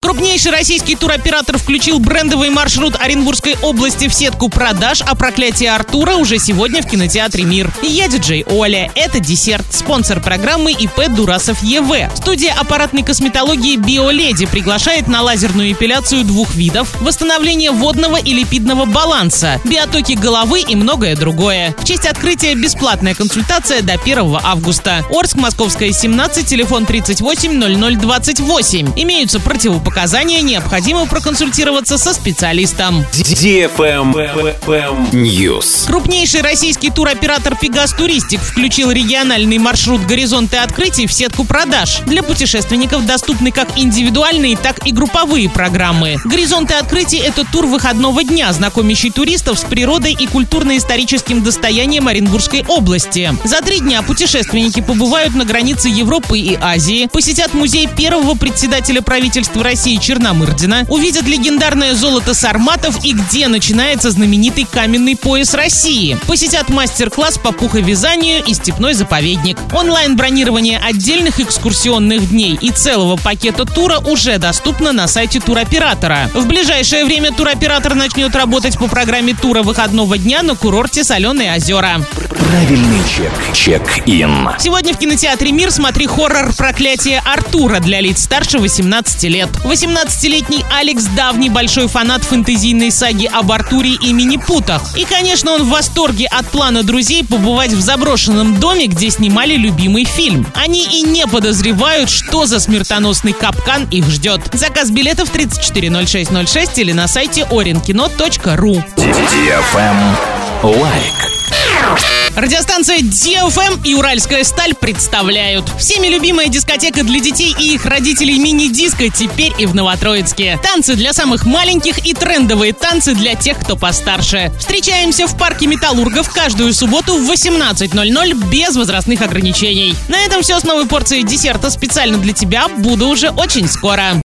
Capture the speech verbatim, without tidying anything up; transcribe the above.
Крупнейший российский туроператор включил брендовый маршрут Оренбургской области в сетку продаж, а «Проклятие Артура» уже сегодня в кинотеатре «Мир». Я диджей Оля. Это десерт. Спонсор программы ИП Дурасов ЕВ. Студия аппаратной косметологии «Биоледи» приглашает на лазерную эпиляцию двух видов, восстановление водного и липидного баланса, биотоки головы и многое другое. В честь открытия бесплатная консультация до первого августа. Орск, Московская, семнадцать, телефон тридцать восемь ноль ноль двадцать восемь. Имеются противопоказания, необходимо проконсультироваться со специалистом. News. Крупнейший российский туроператор «Пегас Туристик» включил региональный маршрут «Горизонты открытий» в сетку продаж. Для путешественников доступны как индивидуальные, так и групповые программы. «Горизонты открытий» — это тур выходного дня, знакомящий туристов с природой и культурно-историческим достоянием Оренбургской области. За три дня путешественники побывают на границе Европы и Азии, посетят музей первого председателя правительства России Черномырдина, увидят легендарное золото сарматов и где начинается знаменитый каменный пояс России, посетят мастер-класс по пуховязанию и степной заповедник. Онлайн-бронирование отдельных экскурсионных дней и целого пакета тура уже доступно на сайте туроператора. В ближайшее время туроператор начнет работать по программе тура выходного дня на курорте Соленые озера. Правильный чек. Чек-ин. Сегодня в кинотеатре «Мир» смотри хоррор «Проклятие Артура» для лиц старше восемнадцати лет. восемнадцатилетний Алекс – давний большой фанат фэнтезийной саги об Артуре и Минипутах. И, конечно, он в восторге от плана друзей побывать в заброшенном доме, где снимали любимый фильм. Они и не подозревают, что за смертоносный капкан их ждет. Заказ билетов тридцать четыре ноль шесть ноль шесть или на сайте оренкино точка ру. Лайк. Радиостанция ди эф эм и Уральская сталь представляют. Всеми любимая дискотека для детей и их родителей мини-диско теперь и в Новотроицке. Танцы для самых маленьких и трендовые танцы для тех, кто постарше. Встречаемся в парке Металлургов каждую субботу в восемнадцать ноль ноль без возрастных ограничений. На этом все с новой порцией десерта специально для тебя. Буду уже очень скоро.